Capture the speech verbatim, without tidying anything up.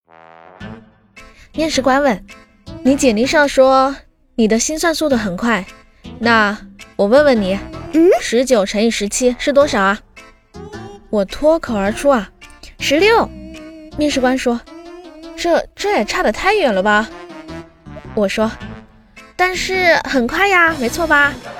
面试官问，你简历上说你的心算速度很快，那我问问你， 嗯， 十九乘以十七是多少啊？我脱口而出啊，十六。面试官说，这这也差得太远了吧？我说，但是很快呀，没错吧？